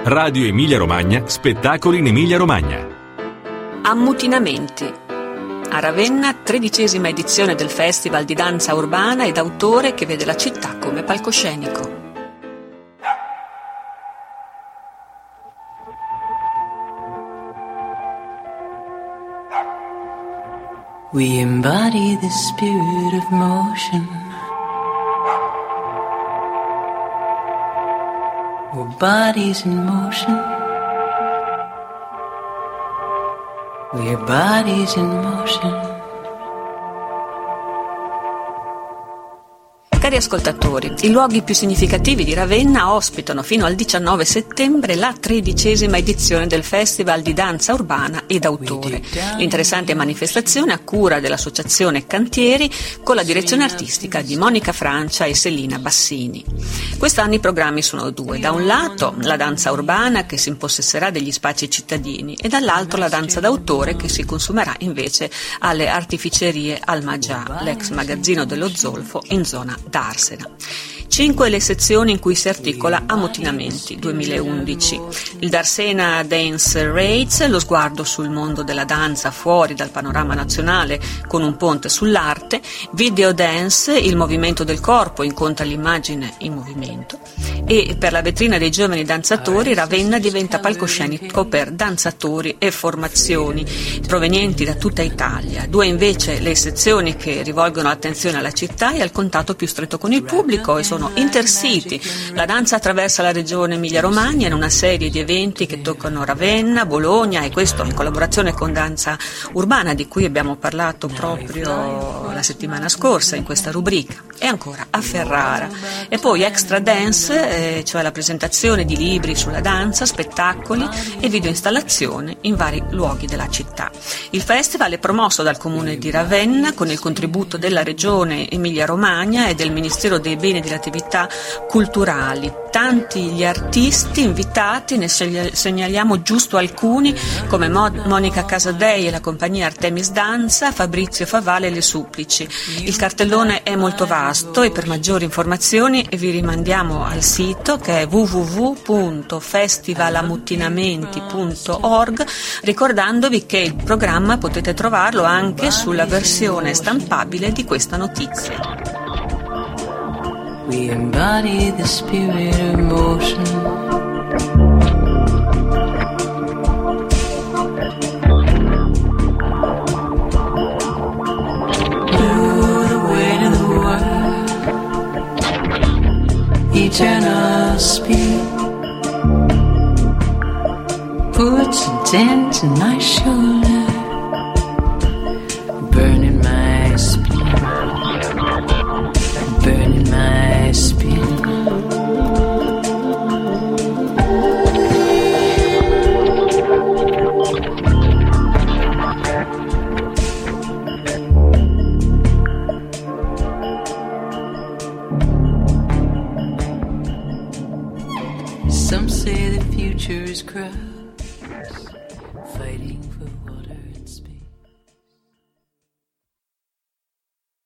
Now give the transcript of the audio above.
Radio Emilia Romagna, spettacoli in Emilia Romagna. Ammutinamenti. A Ravenna, 13ª edizione del Festival di danza urbana ed autore che vede la città come palcoscenico. We embody the spirit of motion. We're bodies in motion. We're bodies in motion. Cari ascoltatori, i luoghi più significativi di Ravenna ospitano fino al 19 settembre la 13ª edizione del Festival di danza urbana ed autore. L'interessante manifestazione a cura dell'Associazione Cantieri con la direzione artistica di Monica Francia e Selina Bassini. Quest'anno i programmi sono due: da un lato la danza urbana che si impossesserà degli spazi cittadini e dall'altro la danza d'autore che si consumerà invece alle artificerie Al-Majah, l'ex magazzino dello Zolfo in zona d'Arsena. 5 le sezioni in cui si articola Ammutinamenti 2011. Il D'Arsena Dance Rates, lo sguardo sul mondo della danza fuori dal panorama nazionale con un ponte sull'arte. Video Dance, il movimento del corpo incontra l'immagine in movimento. E per la vetrina dei giovani danzatori Ravenna diventa palcoscenico per danzatori e formazioni provenienti da tutta Italia. 2 invece le sezioni che rivolgono l'attenzione alla città e al contatto più stretto con il pubblico e sono Intercity, la danza attraversa la regione Emilia-Romagna in una serie di eventi che toccano Ravenna, Bologna, e questo in collaborazione con Danza Urbana, di cui abbiamo parlato proprio la settimana scorsa in questa rubrica, e ancora a Ferrara. E poi Extra Dance, cioè la presentazione di libri sulla danza, spettacoli e videoinstallazioni in vari luoghi della città. Il festival è promosso dal Comune di Ravenna con il contributo della regione Emilia-Romagna e del Ministero dei Beni e delle Attività Culturali. Tanti gli artisti invitati, ne segnaliamo giusto alcuni come Monica Casadei e la compagnia Artemis Danza, Fabrizio Favale e Le Supplici. Il cartellone è molto vasto e per maggiori informazioni vi rimandiamo al sito che è www.festivalammutinamenti.org, ricordandovi che il programma potete trovarlo anche sulla versione stampabile di questa notizia. We embody the spirit of motion. The weight of the world, eternal speed, puts a dent in my shoulder, burning my spleen, burning my spleen. Some say the future is crowds fighting.